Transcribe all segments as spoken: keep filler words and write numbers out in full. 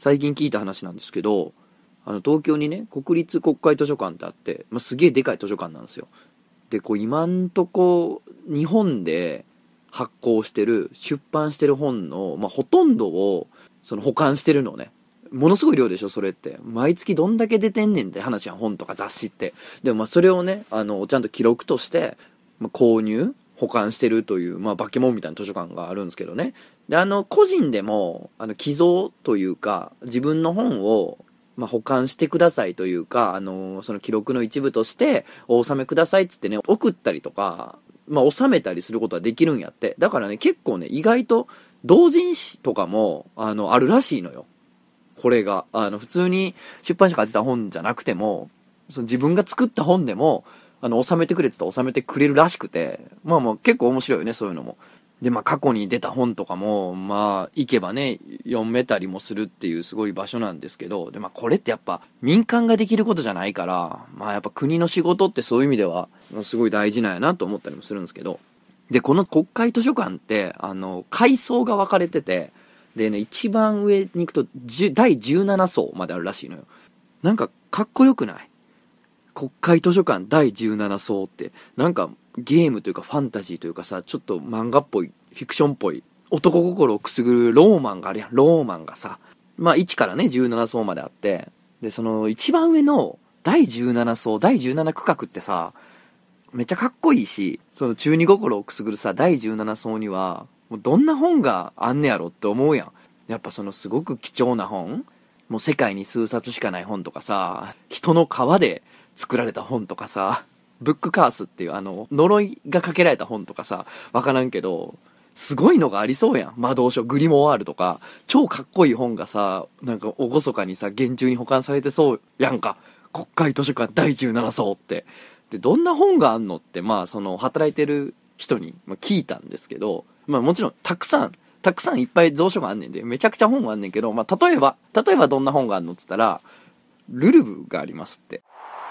最近聞いた話なんですけど、あの東京にね国立国会図書館ってあって、まあ、すげえでかい図書館なんですよ。でこう今んとこ日本で発行してる出版してる本の、まあ、ほとんどをその保管してるのね。ものすごい量でしょそれって。毎月どんだけ出てんねんって話やん、本とか雑誌って。でもまあそれをねあのちゃんと記録として、まあ、購入保管してるという、まあ、化け物みたいな図書館があるんですけどね。であの個人でもあの寄贈というか自分の本をまあ、保管してくださいというか、あのー、その記録の一部としてお納めくださいっつってね送ったりとか、まあ、納めたりすることはできるんやって。だからね結構ね意外と同人誌とかもあのあるらしいのよ。これがあの普通に出版社が書いてた本じゃなくても、その自分が作った本でもあの納めてくれって言ったら納めてくれるらしくて、まあまあ結構面白いよねそういうのも。でまあ過去に出た本とかもまあ行けばね読めたりもするっていうすごい場所なんですけど、でまあこれってやっぱ民間ができることじゃないから、まあやっぱ国の仕事ってそういう意味ではすごい大事なんやなと思ったりもするんですけど、でこの国会図書館ってあの階層が分かれてて、でね一番上に行くとだいじゅうなな層まであるらしいのよ。なんかかっこよくない？国会図書館だいじゅうなな層ってなんかゲームというかファンタジーというかさ、ちょっと漫画っぽいフィクションっぽい男心をくすぐるローマンがあるやん。ローマンがさまあいちからねじゅうなな層まであって、でその一番上のだいじゅうなな層だいじゅうなな区画ってさめっちゃかっこいいし、その中二心をくすぐるさだいじゅうなな層にはもうどんな本があんねやろって思うやん。やっぱそのすごく貴重な本、もう世界に数冊しかない本とかさ、人の皮で作られた本とかさ、ブックカースっていうあの呪いがかけられた本とかさ、わからんけどすごいのがありそうやん。魔導書グリモワールとか超かっこいい本がさ、なんか厳かにさ厳重に保管されてそうやんか。国会図書館だいじゅうなな層って。でどんな本があんのって、まあその働いてる人に聞いたんですけど、まあもちろんたくさんたくさんいっぱい蔵書があんねんで、めちゃくちゃ本があんねんけど、まあ例えば例えばどんな本があんのっつったらルルブがありますって。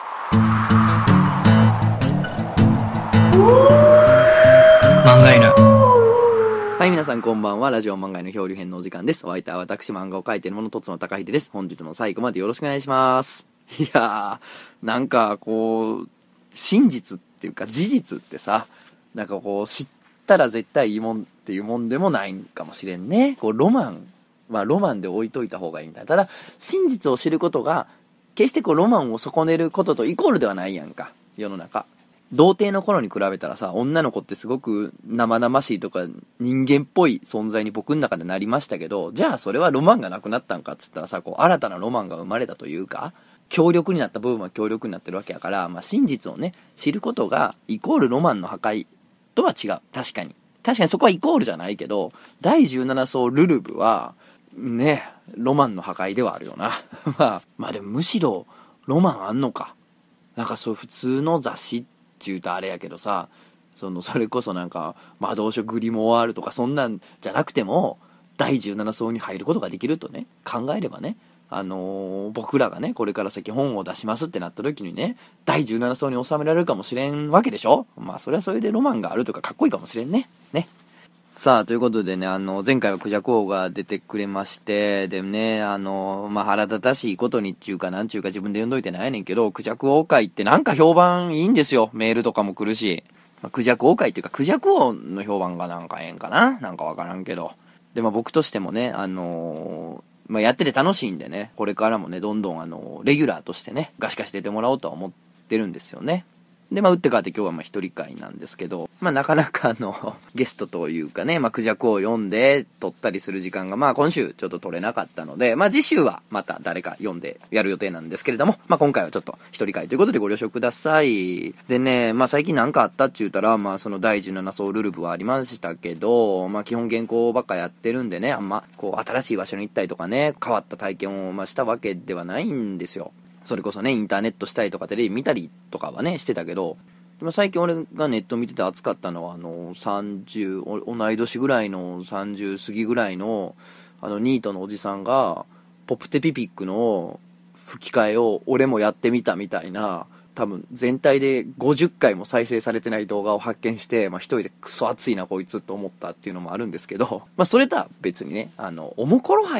漫画犬。 はい、皆さんこんばんは。ラジオ漫画の漂流編のお時間です。お相手は私、漫画を描いている者とつの高秀です。本日も最後までよろしくお願いします。いやーなんかこう真実っていうか事実ってさ、なんかこう知ったら絶対いいもんっていうもんでもないんかもしれんね。こうロマンまあロマンで置いといた方がいいみたいな。ただ真実を知ることが決してこうロマンを損ねることとイコールではないやんか、世の中。童貞の頃に比べたらさ、女の子ってすごく生々しいとか人間っぽい存在に僕の中でなりましたけど、じゃあそれはロマンがなくなったんかっつったらさ、こう新たなロマンが生まれたというか、強力になった部分は強力になってるわけやから、まあ、真実をね知ることがイコールロマンの破壊とは違う。確かに確かにそこはイコールじゃないけど、だいじゅうなな層ルルブはねロマンの破壊ではあるよなまあまあでもむしろロマンあんのか。なんかそう普通の雑誌って言うとあれやけどさ、そのそれこそなんか魔導書グリモワールとかそんなんじゃなくてもだいじゅうなな層に入ることができるとね考えればね、あのー、僕らがねこれから先本を出しますってなった時にねだいじゅうなな層に収められるかもしれんわけでしょ。まあそれはそれでロマンがあるとかかっこいいかもしれんね。ね。さあということでね、あの前回はクジャク王が出てくれまして、でねあのまあ腹立たしいことにっていうかなんちゅうか自分で読んどいてないねんけど、クジャク王会ってなんか評判いいんですよ。メールとかも来るし、まあ、クジャク王会っていうかクジャク王の評判がなんかええんかな、なんかわからんけど、でまあ僕としてもねあのまあやってて楽しいんでね、これからもねどんどんあのレギュラーとしてねガシガシ出てもらおうとは思ってるんですよね。でまあ打って変わって今日はまあ一人会なんですけど、まあなかなかあのゲストというかね、まあクジャクを読んで撮ったりする時間がまあ今週ちょっと取れなかったので、まあ次週はまた誰か読んでやる予定なんですけれども、まあ今回はちょっと一人会ということでご了承ください。でねまあ最近なんかあったって言うたら、まあそのだいじゅうなな層ルルブはありましたけど、まあ基本原稿ばっかやってるんでね、あんまこう新しい場所に行ったりとかね変わった体験をまあしたわけではないんですよ。それこそねインターネットしたりとかテレビ見たりとかはねしてたけど、最近俺がネット見てて熱かったのはあのさんじゅう同い年ぐらいのさんじゅう過ぎぐらいのあのニートのおじさんがポプテピピックの吹き替えを俺もやってみたみたいな、多分全体でごじゅっかいも再生されてない動画を発見して、まあ、一人でクソ熱いなこいつと思ったっていうのもあるんですけど、まあ、それとは別にねあのおもころ杯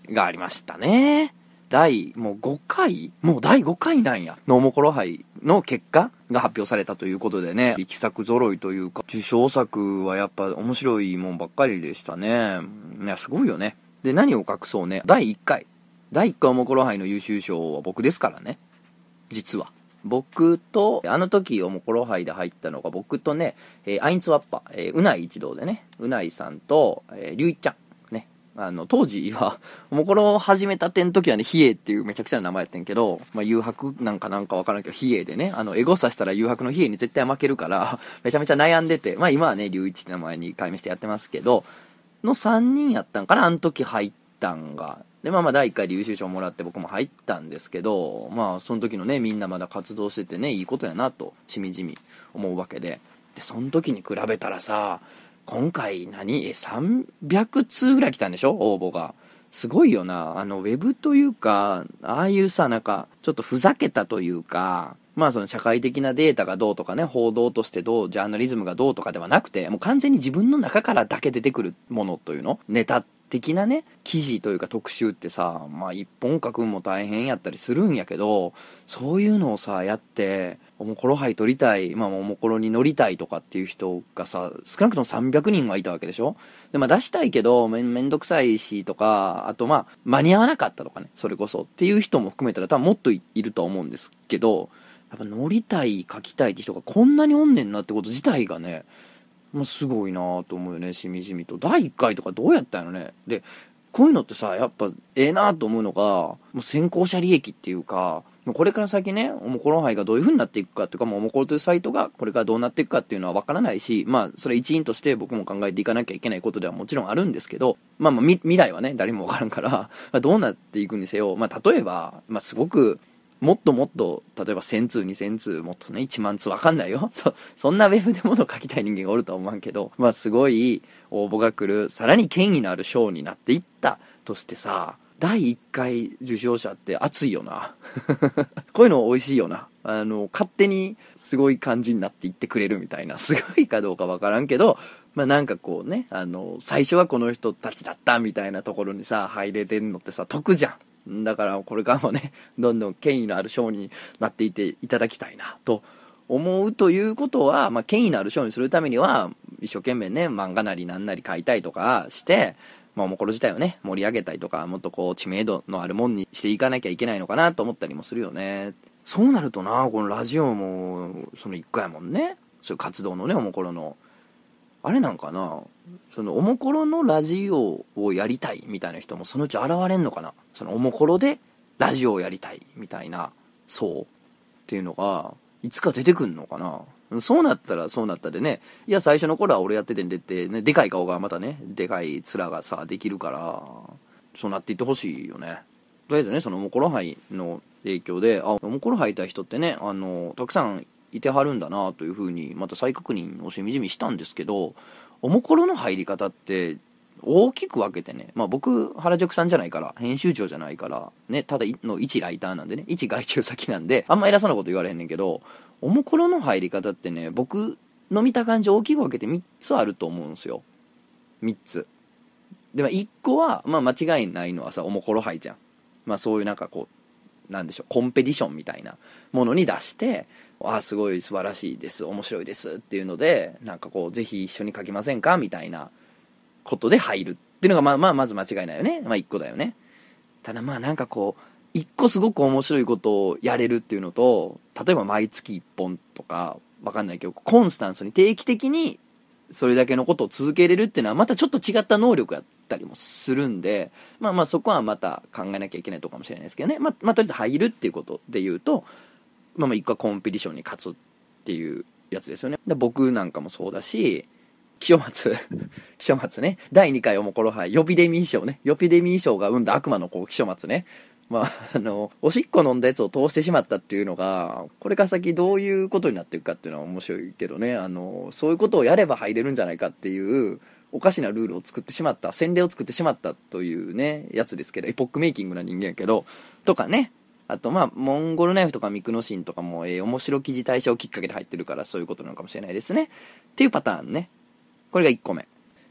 がありましたね。第もうごかいもうだいごかいなんやのおもころ杯の結果が発表されたということでね、力作揃いというか、受賞作はやっぱ面白いもんばっかりでしたね。いやすごいよね。で何を隠そうね、だいいっかいだいいっかいおもころ杯の優秀賞は僕ですからね。実は僕と、あの時おもころ杯で入ったのが僕とね、えー、アインツワッパ、えー、うない一同でね、うないさんと、えー、りゅういちゃんね、あの当時はおもころを始めたての時はね、ヒエっていうめちゃくちゃな名前やってんけど、まあ、誘白なんかなんかわからんけどヒエでね、あのエゴさしたら誘白のヒエに絶対負けるからめちゃめちゃ悩んでて、まあ今はねりゅういちって名前に改名してやってますけどのさんにんやったんかな、あの時入ったんが。でまあまあだいいっかいで優秀賞もらって僕も入ったんですけど、まあその時のねみんなまだ活動しててね、いいことやなとしみじみ思うわけで、でその時に比べたらさ、今回何えさんびゃくつうぐらい来たんでしょ、応募が。すごいよな。あのウェブというか、ああいうさなんかちょっとふざけたというか、まあその社会的なデータがどうとかね、報道としてどう、ジャーナリズムがどうとかではなくて、もう完全に自分の中からだけ出てくるものというの、ネタ的なね記事というか特集ってさ、まあ一本書くんも大変やったりするんやけど、そういうのをさやっておもころ杯取りたい、まあおもころに乗りたいとかっていう人がさ、少なくともさんびゃくにんはいたわけでしょ。でまあ出したいけどめめんどくさいしとか、あとまあ間に合わなかったとかね、それこそっていう人も含めたら多分もっと い, いるとは思うんですけど、やっぱ乗りたい書きたいって人がこんなにおんねんなってこと自体がね、もうすごいなと思うよね、しみじみと。だいいっかいとかどうやったんやろね。でこういうのってさ、やっぱええなと思うのが、もう先行者利益っていうか、もうこれから先ねおもころ杯がどういう風になっていくかっていうか、もうおもころというサイトがこれからどうなっていくかっていうのは分からないし、まあそれ一因として僕も考えていかなきゃいけないことではもちろんあるんですけど、まあまあ未来はね誰も分からんから、まあ、どうなっていくにせよ、まあ例えば、まあすごくもっともっと例えばせんつうにせんつうもっとねいちまんつうわかんないよ、 そ, そんなウェブでもの書きたい人間がおるとは思わんけど、まあすごい応募が来る、さらに権威のある賞になっていったとしてさ、だいいっかい受賞者って熱いよなこういうの美味しいよな。あの勝手にすごい感じになっていってくれるみたいな、すごいかどうかわからんけど、まあなんかこうね、あの最初はこの人たちだったみたいなところにさ入れてんのってさ得じゃん。だからこれからもねどんどん権威のある賞になっていていただきたいなと思うということは、まあ、権威のある賞にするためには一生懸命ね漫画なりなんなり書いたりとかして、まあ、おもころ自体をね盛り上げたりとか、もっとこう知名度のあるもんにしていかなきゃいけないのかなと思ったりもするよね。そうなるとな、このラジオもそのいっかいやもんね、そういう活動のねおもころのあれなんかな、そのおもころのラジオをやりたいみたいな人もそのうち現れんのかな。そのおもころでラジオをやりたいみたいなそうっていうのがいつか出てくんのかな。そうなったらそうなったでね、いや最初の頃は俺やっててんでってね、でかい顔がまたねでかい面がさできるから、そうなっていってほしいよね。とりあえずねそのおもころ杯の影響で、あおもころ入った人ってねあのたくさんいてはるんだなというふうにまた再確認をしみじみしたんですけど、おもころの入り方って大きく分けてね、まあ僕原宿さんじゃないから編集長じゃないからね、ただの一ライターなんでね、一外注先なんであんま偉そうなこと言われへんねんけど、おもころの入り方ってね僕の見た感じ大きく分けてみっつあると思うんですよ。みっつで、まあ、いっこは、まあ、間違いないのはさおもころ杯じゃん。まあそういうなんかこうなんでしょうコンペティションみたいなものに出して、あすごい素晴らしいです面白いですっていうのでなんかこうぜひ一緒に書きませんかみたいなことで入るっていうのがまあまあまず間違いないよね。まあいっこだよね。ただまあなんかこういっこすごく面白いことをやれるっていうのと、例えば毎月いっぽんとかわかんないけどコンスタンスに定期的にそれだけのことを続けれるっていうのはまたちょっと違った能力やったりもするんで、まあまあそこはまた考えなきゃいけないとこかもしれないですけどね。まあ、まあ、とりあえず入るっていうことで言うと、まあまあ一個はコンペティションに勝つっていうやつですよね。で僕なんかもそうだし、気象松気象松ね、だいにかいおもころ杯ヨピデミー賞ね、ヨピデミー賞が生んだ悪魔の子気象松ね、まああのおしっこ飲んだやつを通してしまったっていうのがこれから先どういうことになっていくかっていうのは面白いけどね、あのそういうことをやれば入れるんじゃないかっていうおかしなルールを作ってしまった、洗礼を作ってしまったというねやつですけど、エポックメイキングな人間やけどとかね、あとまあモンゴルナイフとかミクノシンとかも、えー、面白記事大賞きっかけで入ってるからそういうことなのかもしれないですねっていうパターンね。これがいっこめ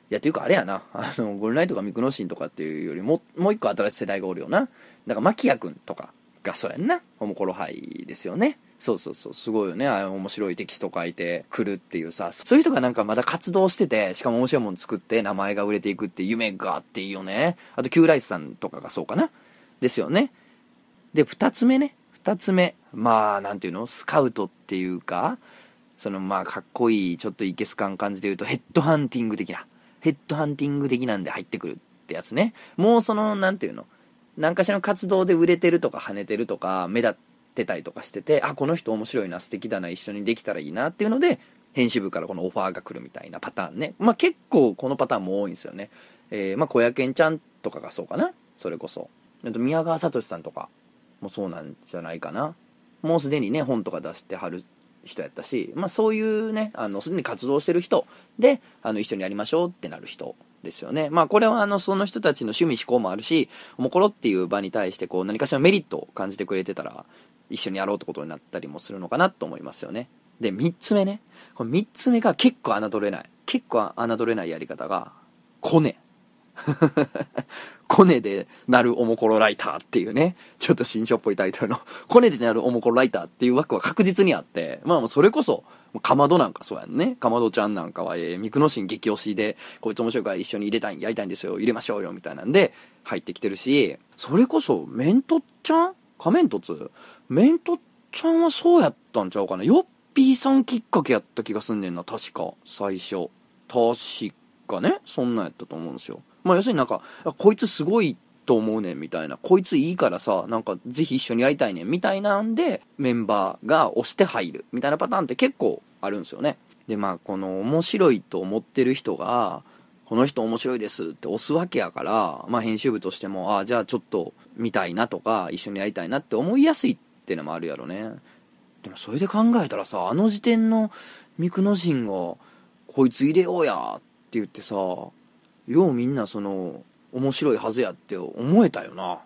やっていうかあれやな、あのゴルナイとかミクノシンとかっていうよりももう一個新しい世代がおるよな。だからマキヤ君とかがそうやんな、おもころ杯ですよね。そうそうそう、すごいよね。あ面白いテキスト書いてくるっていうさ、そういう人がなんかまだ活動してて、しかも面白いもの作って名前が売れていくっていう夢があっていいよね。あとキューライスさんとかがそうかなですよね。で二つ目ね、二つ目、まあなんていうの、スカウトっていうか、そのまあかっこいいちょっとイケスカン感じで言うとヘッドハンティング的なヘッドハンティング的なんで入ってくるってやつね。もうそのなんていうの、何かしらの活動で売れてるとか跳ねてるとか目立ってたりとかしてて、あこの人面白いな、素敵だな、一緒にできたらいいなっていうので編集部からこのオファーが来るみたいなパターンね。まあ結構このパターンも多いんですよね。えー、まあ小屋健ちゃんとかがそうかな、それこそ。あと宮川聡さんとかもそうなんじゃないかな。もうすでにね本とか出してはる人やったし、まあそういうね、あのすでに活動してる人で、あの一緒にやりましょうってなる人ですよね。まあこれはあのその人たちの趣味思考もあるし、おもころっていう場に対してこう何かしらメリットを感じてくれてたら一緒にやろうってことになったりもするのかなと思いますよね。でみっつめね、このみっつめが結構侮れない結構侮れないやり方がコネコネでなるおもころライターっていうね、ちょっと新書っぽいタイトルのコネでなるおもころライターっていう枠は確実にあって、まあもうそれこそかまどなんかそうやんね。かまどちゃんなんかは、えー、ミクノシン激推しでこいつ面白いから一緒に入れたいやりたいんですよ、入れましょうよみたいなんで入ってきてるし、それこそメントちゃん仮面凸メントちゃんはそうやったんちゃうかな。ヨッピーさんきっかけやった気がすんねんな、確か最初確かね、そんなんやったと思うんですよ。まあ要するになんかこいつすごいと思うねんみたいな、こいついいからさなんかぜひ一緒にやりたいねんみたいなんでメンバーが押して入るみたいなパターンって結構あるんですよね。でまあこの面白いと思ってる人がこの人面白いですって押すわけやから、まあ編集部としてもあじゃあちょっと見たいなとか一緒にやりたいなって思いやすいっていうのもあるやろね。でもそれで考えたらさ、あの時点のミクノシンがこいつ入れようやって言ってさ、ようみんなその面白いはずやって思えたよな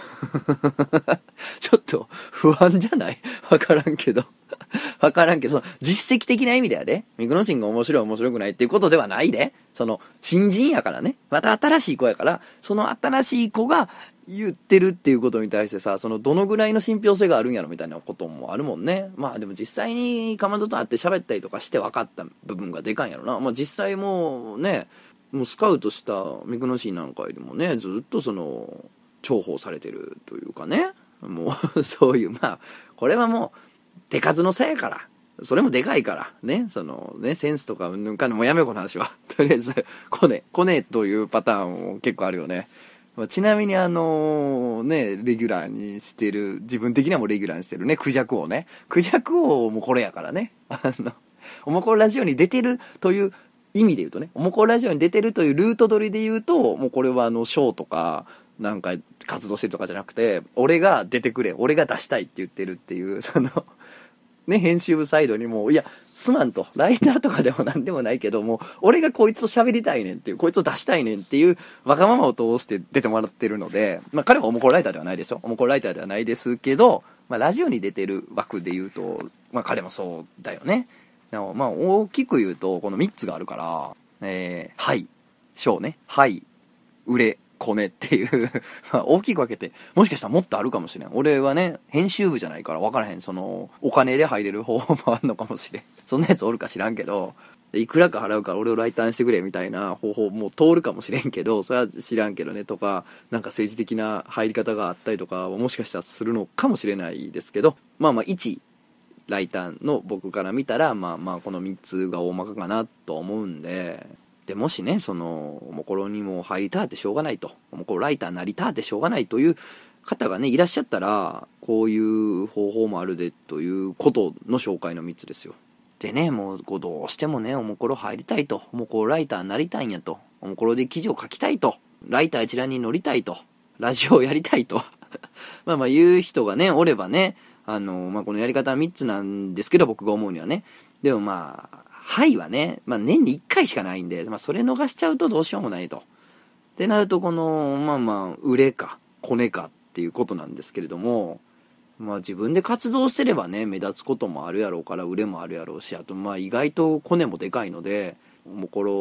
ちょっと不安じゃないわからんけどわからんけど実績的な意味ではね、ミクノシンが面白い面白くないっていうことではないで、その新人やからね、また新しい子やから、その新しい子が言ってるっていうことに対してさ、そのどのぐらいの信憑性があるんやろみたいなこともあるもんね。まあでも実際にかまどと会って喋ったりとかして分かった部分がでかいんやろな。まあ実際もうね、もうスカウトしたミクノシンなんかでもね、ずっとその重宝されてるというかね、もうそういうまあこれはもう手数の差やから、それもでかいからね、そのねセンスとかうんぬんかんもうやめようこの話はとりあえずコネコネというパターンも結構あるよね。ちなみにあのねレギュラーにしてる、自分的にはもうレギュラーにしてるねクジャク王ね、クジャク王もこれやからね、あのおもころラジオに出てるという意味で言うとね、おもころラジオに出てるというルート取りで言うと、もうこれはあのショーとかなんか活動してるとかじゃなくて、俺が出てくれ、俺が出したいって言ってるっていう、そのね編集部サイドにもいやすまんと、ライターとかでもなんでもないけども俺がこいつと喋りたいねんっていう、こいつを出したいねんっていうわがままを通して出てもらってるので、まあ彼はおもころライターではないですよ、おもころライターではないですけど、まあラジオに出てる枠で言うとまあ彼もそうだよね。でもまあ大きく言うとこのみっつがあるから、えー、はいショーね、はい売れコネっていうまあ大きく分けて、もしかしたらもっとあるかもしれん。俺はね編集部じゃないから分からへん、そのお金で入れる方法もあるのかもしれんそんなやつおるか知らんけど、いくらか払うから俺をライターにしてくれみたいな方法も通るかもしれんけど、それは知らんけどね、とかなんか政治的な入り方があったりとかもしかしたらするのかもしれないですけど、まあまあ一ライターの僕から見たらまあまあこのみっつが大まかかなと思うんで、でもしねそのおもころにも入りたってしょうがないと、おもころライターになりたってしょうがないという方がねいらっしゃったら、こういう方法もあるでということの紹介のみっつですよ。でね、もうこうどうしてもねおもころ入りたいと、おもころライターになりたいんやと、おもころで記事を書きたいと、ライター一覧に乗りたいと、ラジオをやりたいとまあまあ言う人がねおればね、あのまあこのやり方はみっつなんですけど、僕が思うにはね、でもまあはいはね、まあ、年にいっかいしかないんで、まあ、それ逃しちゃうとどうしようもないと。ってなるとこのまあまあ売れかコネかっていうことなんですけれども、まあ自分で活動してればね目立つこともあるやろうから売れもあるやろうし、あとまあ意外とコネもでかいので、おもころ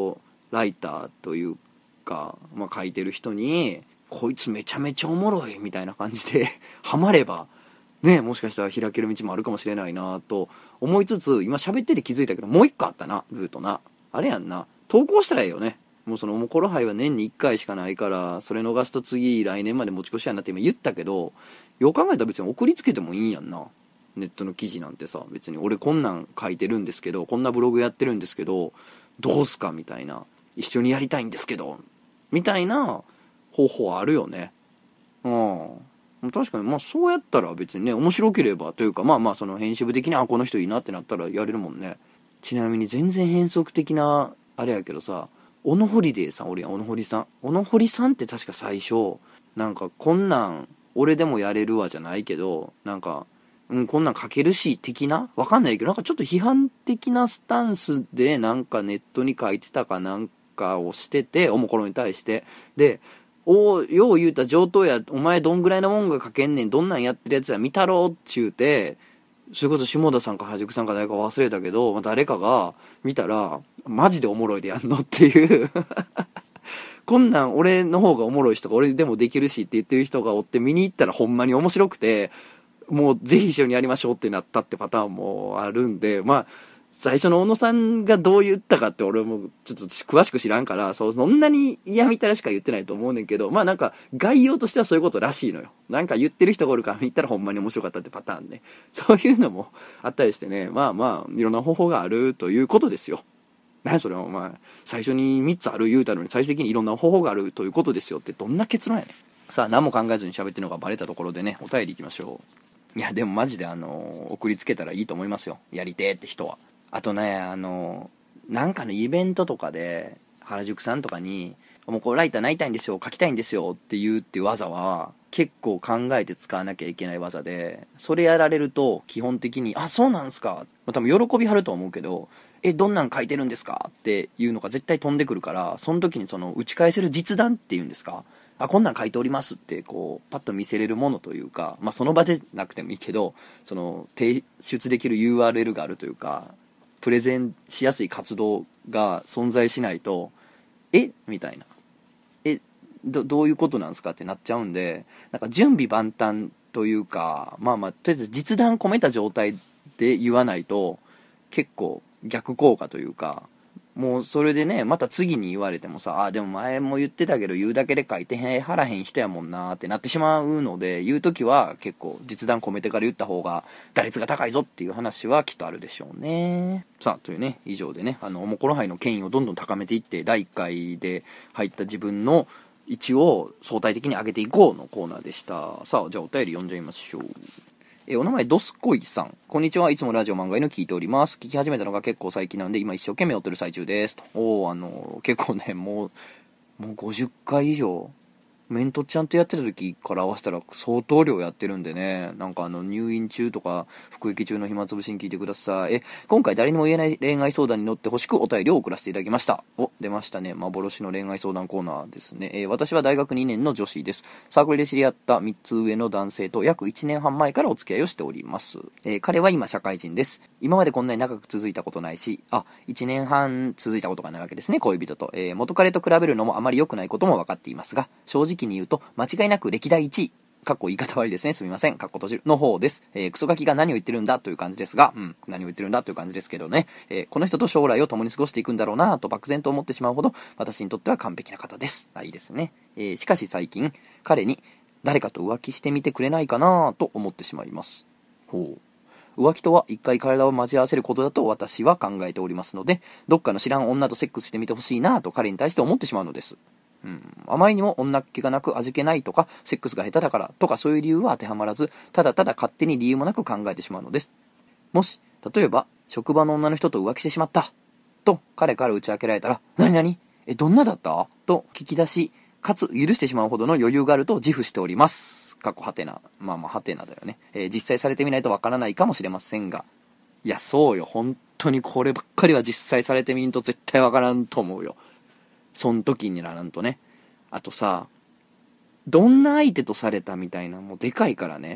ライターというか、まあ、書いてる人にこいつめちゃめちゃおもろいみたいな感じでハマればね、もしかしたら開ける道もあるかもしれないなと思いつつ、今喋ってて気づいたけど、もう一個あったな、ルートな。あれやんな、投稿したらええよね。もうそのおもころ杯は年にいっかいしかないから、それ逃すと次来年まで持ち越しやなって今言ったけど、よう考えたら別に送りつけてもいいんやんな。ネットの記事なんてさ、別に俺こんなん書いてるんですけど、こんなブログやってるんですけど、どうすかみたいな、一緒にやりたいんですけどみたいな方法あるよね。うん、確かにまあそうやったら別にね、面白ければというか、まあまあその編集部的にあこの人いいなってなったらやれるもんね。ちなみに全然変則的なあれやけどさ、小野ホリデーさんおるやん、小野堀さん。小野堀さんって確か最初なんかこんなん俺でもやれるわじゃないけど、なんかうん、こんなん書けるし的な、わかんないけど、なんかちょっと批判的なスタンスでなんかネットに書いてたかなんかをしてて、おもころに対してで、おーよう言うた上等や、お前どんぐらいのもんが書けんねん、どんなんやってるやつや見たろっちゅうて、それこそ下田さんか原宿さんか誰か忘れたけど、まあ、誰かが見たらマジでおもろいでやんのっていうこんなん俺の方がおもろい人が俺でもできるしって言ってる人がおって見に行ったらほんまに面白くて、もうぜひ一緒にやりましょうってなったってパターンもあるんで、まあ最初の小野さんがどう言ったかって俺もちょっと詳しく知らんから、そんなに嫌みたらしか言ってないと思うねんけど、まあなんか概要としてはそういうことらしいのよ。なんか言ってる人がおるから見たらほんまに面白かったってパターンね。そういうのもあったりしてね、まあまあいろんな方法があるということですよ。何それお前最初にみっつある言うたのに最終的にいろんな方法があるということですよってどんな結論やねん。さあ何も考えずに喋ってるのがバレたところでね、お便りいきましょう。いやでもマジであの送りつけたらいいと思いますよ、やりてーって人は。あとね、あのなんかのイベントとかで原宿さんとかにもうこうライターなりたいんですよ、書きたいんですよって言うっていう技は結構考えて使わなきゃいけない技で、それやられると基本的にあそうなんすか、多分喜びはると思うけど、えどんなん書いてるんですかっていうのが絶対飛んでくるから、その時にその打ち返せる実弾っていうんですか、あこんなん書いておりますってこうパッと見せれるものというか、まあその場でなくてもいいけど、その提出できる ユーアールエル があるというか、プレゼンしやすい活動が存在しないとえみたいな、え ど, どういうことなんですかってなっちゃうんで、なんか準備万端というか、まあまあとりあえず実弾込めた状態で言わないと結構逆効果というか、もうそれでねまた次に言われてもさ、あでも前も言ってたけど言うだけで書いてへんはらへん人やもんなってなってしまうので、言う時は結構実弾込めてから言った方が打率が高いぞっていう話はきっとあるでしょうね。さあというね、以上でね、あのおもころ杯の権威をどんどん高めていってだいいっかいで入った自分の位置を相対的に上げていこうのコーナーでした。さあじゃあお便り読んじゃいましょう。えお名前ドスコイさん、こんにちは。いつもラジオ漫画の聞いております。聞き始めたのが結構最近なんで今一生懸命追ってる最中ですと。おー、あの結構ね、もうもうごじゅっかい以上メントちゃんとやってた時から合わせたら相当量やってるんでね、なんかあの入院中とか服役中の暇つぶしに聞いてください。え今回誰にも言えない恋愛相談に乗ってほしくお便りを送らせていただきました。お出ましたね、幻の恋愛相談コーナーですね。えー、私は大学にねんの女子です。サークルで知り合ったみっつ上の男性と約いちねんはん前からお付き合いをしております。えー、彼は今社会人です。今までこんなに長く続いたことないし、あいちねんはん続いたことがないわけですね、恋人と。えー、元彼と比べるのもあまり良くないことも分かっていますが、正直に言うと間違いなく歴代いちい、かっこ言い方悪いですね、すみません、かっこ閉じるの方です。えー、クソガキが何を言ってるんだという感じですが、うん、何を言ってるんだという感じですけどね、えー、この人と将来を共に過ごしていくんだろうなと漠然と思ってしまうほど私にとっては完璧な方です。あ、いいですね。えー、しかし最近彼に誰かと浮気してみてくれないかなと思ってしまいます。ほう、浮気とは一回体を交わせることだと私は考えておりますので、どっかの知らん女とセックスしてみてほしいなと彼に対して思ってしまうのです。うん、あまりにも女っ気がなく味気ないとかセックスが下手だからとかそういう理由は当てはまらず、ただただ勝手に理由もなく考えてしまうのです。もし例えば職場の女の人と浮気してしまったと彼から打ち明けられたら、何何えどんなだったと聞き出し、かつ許してしまうほどの余裕があると自負しております。かっこはてな、まあまあはてなだよね。えー、実際されてみないとわからないかもしれませんが、いやそうよ、本当にこればっかりは実際されてみんと絶対わからんと思うよ、そん時にならんとね。あとさ、どんな相手とされたみたいなもうでかいからね。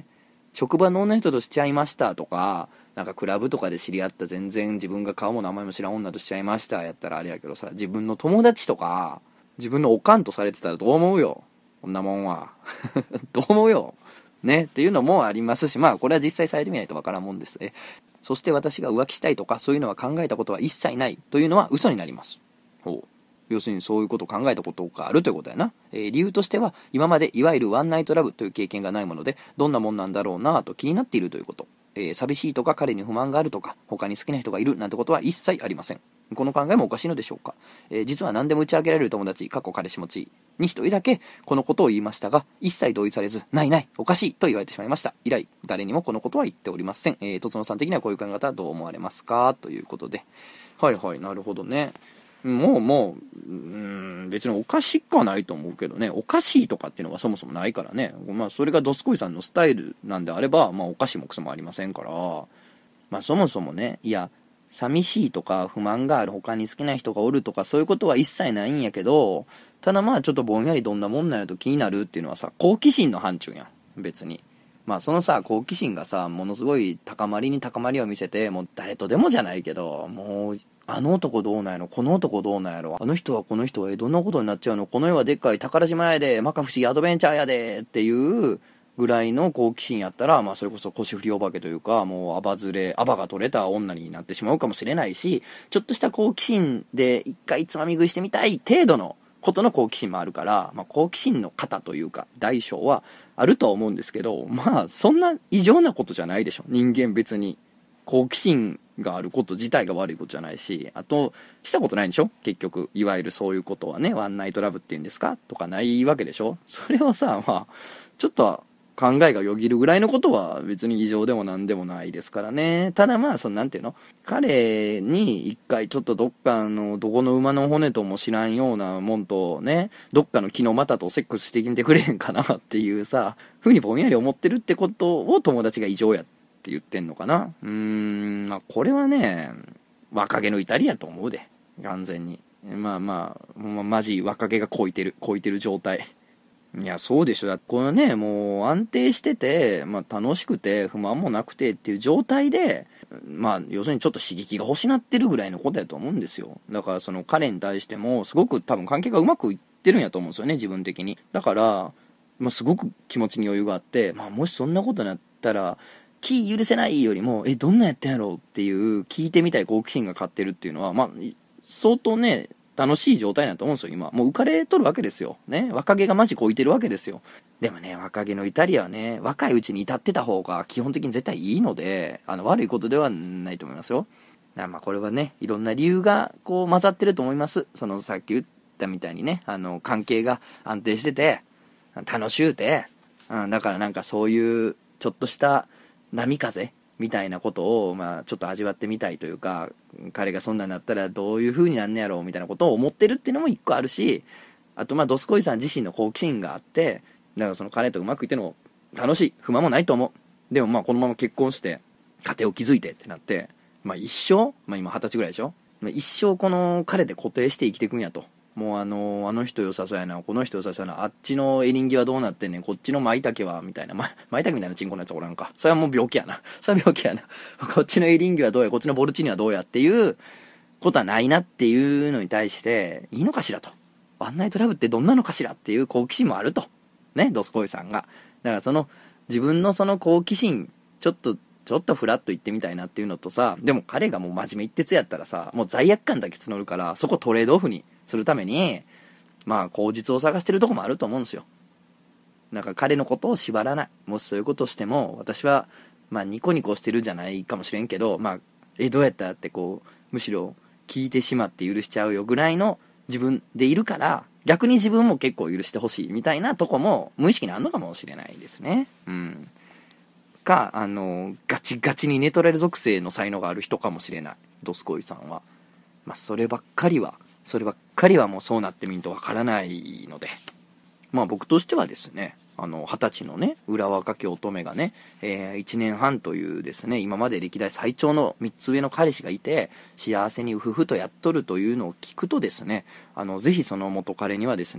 職場の女の人としちゃいましたとか、なんかクラブとかで知り合った全然自分が顔も名前も知らん女としちゃいましたやったらあれやけどさ、自分の友達とか自分のおかんとされてたらどう思うよ、こんなもんは。どう思うよねっていうのもありますし、まあこれは実際されてみないとわからんもんですね。そして私が浮気したいとかそういうのは考えたことは一切ないというのは嘘になります。ほう、要するにそういうことを考えたことがあるということやな。えー、理由としては今までいわゆるワンナイトラブという経験がないもので、どんなもんなんだろうなと気になっているということ。えー、寂しいとか彼に不満があるとか他に好きな人がいるなんてことは一切ありません。この考えもおかしいのでしょうか。えー、実は何でも打ち明けられる友達、過去彼氏持ちに一人だけこのことを言いましたが、一切同意されず、ないないおかしいと言われてしまいました。以来誰にもこのことは言っておりません。えー、とつのさん的にはこういう考え方はどう思われますかということで。はいはい、なるほどね。もうもう、うーん、別におかしくはないと思うけどね。おかしいとかっていうのがそもそもないからね。まあそれがドスコイさんのスタイルなんであれば、まあおかしいもクソもありませんから。まあそもそもね、いや、寂しいとか不満がある、他に好きな人がおるとかそういうことは一切ないんやけど、ただまあちょっとぼんやりどんなもんなんやと気になるっていうのはさ、好奇心の範疇やん、別に。まあそのさ、好奇心がさ、ものすごい高まりに高まりを見せて、もう誰とでもじゃないけど、もうあの男どうなんやろ、この男どうなんやろ、あの人はこの人はどんなことになっちゃうの、この世はでっかい宝島やで、摩訶不思議アドベンチャーやでっていうぐらいの好奇心やったら、まあそれこそ腰振りお化けというか、もうアバズレ、アバが取れた女になってしまうかもしれないし、ちょっとした好奇心で一回つまみ食いしてみたい程度のことの好奇心もあるから、まあ、好奇心の型というか大小はあるとは思うんですけど、まあそんな異常なことじゃないでしょ。人間別に好奇心があること自体が悪いことじゃないし、あとしたことないんでしょ結局。いわゆるそういうことはね、ワンナイトラブっていうんですかとかないわけでしょ。それをさ、まあちょっと考えがよぎるぐらいのことは別に異常でもなんでもないですからね。ただまあそのなんていうの、彼に一回ちょっとどっかのどこの馬の骨とも知らんようなもんとね、どっかの木の股とセックスしてきてくれへんかなっていうさ、ふうにぼんやり思ってるってことを友達が異常やって言ってんのかな。うーん、まあこれはね、若気の至りやと思うで、完全に。まあまあ、まあ、マジ若気がこいてる、こいてる状態。いや、そうでしょ。だってこのね、もう安定してて、まあ楽しくて、不満もなくてっていう状態で、まあ要するにちょっと刺激が欲しなってるぐらいのことやと思うんですよ。だからその彼に対しても、すごく多分関係がうまくいってるんやと思うんですよね、自分的に。だから、まあすごく気持ちに余裕があって、まあもしそんなことになったら、気許せないよりも、え、どんなやってんやろうっていう、聞いてみたい好奇心が勝ってるっていうのは、まあ、相当ね、楽しい状態だと思うんですよ、今。もう浮かれとるわけですよ。ね。若気がマジこいてるわけですよ。でもね、若気の至りはね、若いうちに至ってた方が基本的に絶対いいので、あの、悪いことではないと思いますよ。だからまあ、これはね、いろんな理由がこう混ざってると思います。その、さっき言ったみたいにね、あの、関係が安定してて、楽しゅうて、うん、だからなんかそういう、ちょっとした波風みたいなことを、まあ、ちょっと味わってみたいというか、彼がそんなんなったらどういう風になんねやろうみたいなことを思ってるっていうのも一個あるし、あとまあドスコイさん自身の好奇心があって、だからその彼とうまくいってるのも楽しい、不満もないと思う。でもまあこのまま結婚して家庭を築いてってなって、まあ一生、まあ今二十歳ぐらいでしょ、まあ、一生この彼で固定して生きていくんやと。もうあのあの人良さそうやな、この人良さそうやな、あっちのエリンギはどうなってんねん、こっちのマイタケはみたいな、ま、マイタケみたいなチンコのやつおらんか、それはもう病気やな、それは病気やなこっちのエリンギはどうや、こっちのボルチーニはどうやっていうことはないなっていうのに対して、いいのかしらと、ワンナイトラブってどんなのかしらっていう好奇心もあるとね、ドスコイさんが。だからその自分のその好奇心、ちょっとちょっとフラッと行ってみたいなっていうのとさ、でも彼がもう真面目一徹やったらさ、もう罪悪感だけ募るから、そこトレードオフにするために、まあ口実を探してるとこもあると思うんですよ。なんか彼のことを縛らない。もしそういうことをしても、私はまあニコニコしてるじゃないかもしれんけど、まあえどうやったってこうむしろ聞いてしまって許しちゃうよぐらいの自分でいるから、逆に自分も結構許してほしいみたいなとこも無意識にあるのかもしれないですね。うん。かあのガチガチにネトラル属性の才能がある人かもしれない、ドスコイさんは。まあそればっかりはそればっかりはもうそうなってみんとわからないので、まあ僕としてはですね、あの二十歳のね裏若き乙女がね、えー、いちねんはんというですね、今まで歴代最長のみっつ上の彼氏がいて幸せにうふふとやっとるというのを聞くとですね、あのぜひその元彼にはですね、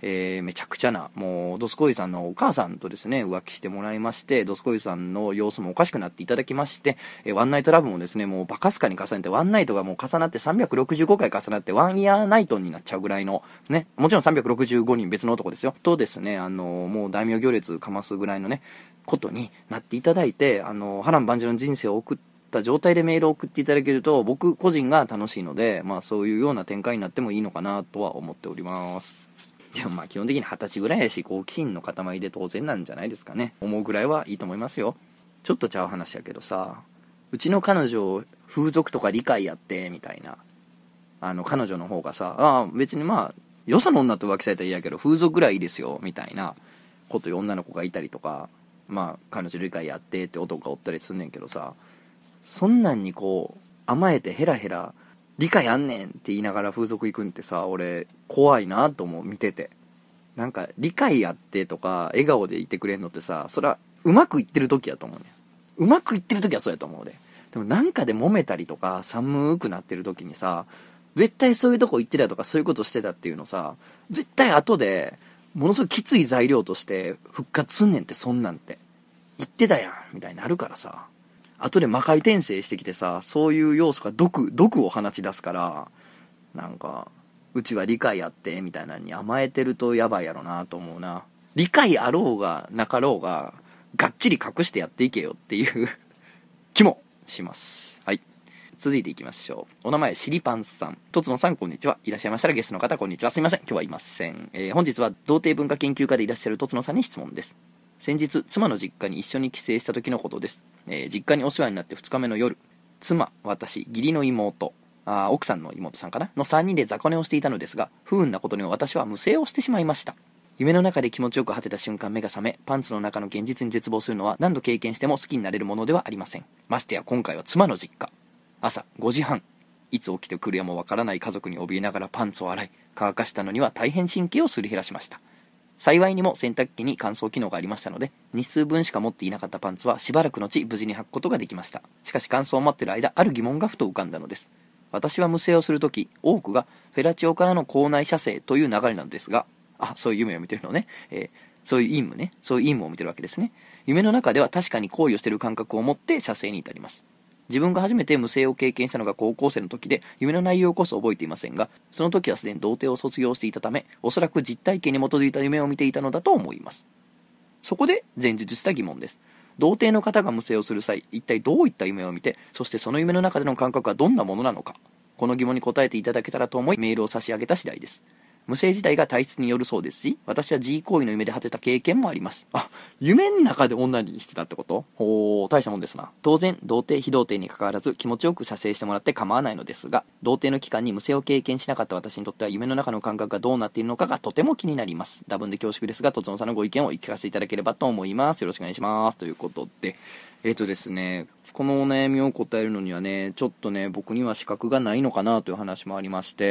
えー、めちゃくちゃな、もう、ドスコイさんのお母さんとですね、浮気してもらいまして、ドスコイさんの様子もおかしくなっていただきまして、えー、ワンナイトラブもですね、もうバカスカに重ねて、ワンナイトがもう重なってさんびゃくろくじゅうごかい重なって、ワンイヤーナイトになっちゃうぐらいの、ね、もちろんさんびゃくろくじゅうごにん別の男ですよ。とですね、あのー、もう大名行列かますぐらいのね、ことになっていただいて、あのー、波乱万丈の人生を送った状態でメールを送っていただけると、僕個人が楽しいので、まあそういうような展開になってもいいのかなとは思っております。でもまあ基本的にはたちぐらいやし、好奇心の塊で当然なんじゃないですかね。思うぐらいはいいと思いますよ。ちょっとちゃう話やけどさ、うちの彼女風俗とか理解やってみたいな、あの彼女の方がさ、ああ別にまあよその女と浮気されたらいいやけど風俗ぐらいいいですよみたいなこという女の子がいたりとか、まあ彼女理解やってって男がおったりすんねんけどさ、そんなんにこう甘えてヘラヘラ理解あんねんって言いながら風俗行くんってさ、俺怖いなと思う、見てて。なんか理解あってとか笑顔でいてくれんのってさ、それはうまくいってる時やと思うねん。うまくいってる時はそうやと思うで。でもなんかで揉めたりとか寒くなってる時にさ、絶対そういうとこ行ってたとかそういうことしてたっていうのさ、絶対後でものすごいきつい材料として復活すんねんって、そんなんて言ってたやんみたいになるからさ、後で魔界転生してきてさ、そういう要素が毒毒を放ち出すから、なんかうちは理解あってみたいなのに甘えてるとやばいやろなと思うな。理解あろうがなかろうががっちり隠してやっていけよっていう気もします。はい、続いていきましょう。お名前シリパンさん。とつのさんこんにちは。いらっしゃいましたらゲストの方こんにちは。すいません今日はいません。えー、本日は童貞文化研究家でいらっしゃるとつのさんに質問です。先日妻の実家に一緒に帰省した時のことです。えー、実家にお世話になってふつかめの夜、妻、私、義理の妹、あ奥さんの妹さんかなのさんにんで雑魚寝をしていたのですが、不運なことに私は無声をしてしまいました。夢の中で気持ちよく果てた瞬間目が覚め、パンツの中の現実に絶望するのは何度経験しても好きになれるものではありません。ましてや今回は妻の実家。朝ごじはん、いつ起きてくるやもわからない家族に怯えながらパンツを洗い乾かしたのには大変神経をすり減らしました。幸いにも洗濯機に乾燥機能がありましたので、日数分しか持っていなかったパンツはしばらくのち無事に履くことができました。しかし乾燥を待っている間、ある疑問がふと浮かんだのです。私は無声をするとき、多くがフェラチオからの口内射精という流れなのですが、あ、そういう夢を見てるのね、えー、そういう陰夢ね、そういう陰夢を見てるわけですね。夢の中では確かに行為をしている感覚を持って射精に至ります。自分が初めて無声を経験したのが高校生の時で、夢の内容こそ覚えていませんが、その時はすでに童貞を卒業していたため、おそらく実体験に基づいた夢を見ていたのだと思います。そこで前述した疑問です。童貞の方が無声をする際、一体どういった夢を見て、そしてその夢の中での感覚はどんなものなのか、この疑問に答えていただけたらと思いメールを差し上げた次第です。無声自体が体質によるそうですし、私は G 行為の夢で果てた経験もあります。あ、夢の中で女にしてたってこと？ほー、大したもんですな。当然、童貞非童貞に関わらず気持ちよく射精してもらって構わないのですが、童貞の期間に無声を経験しなかった私にとっては夢の中の感覚がどうなっているのかがとても気になります。多分で恐縮ですが、とつのさんのご意見を聞かせていただければと思います。よろしくお願いします。ということで、えっとですね、このお悩みを答えるのにはね、ちょっとね、僕には資格がないのかなという話もありまして、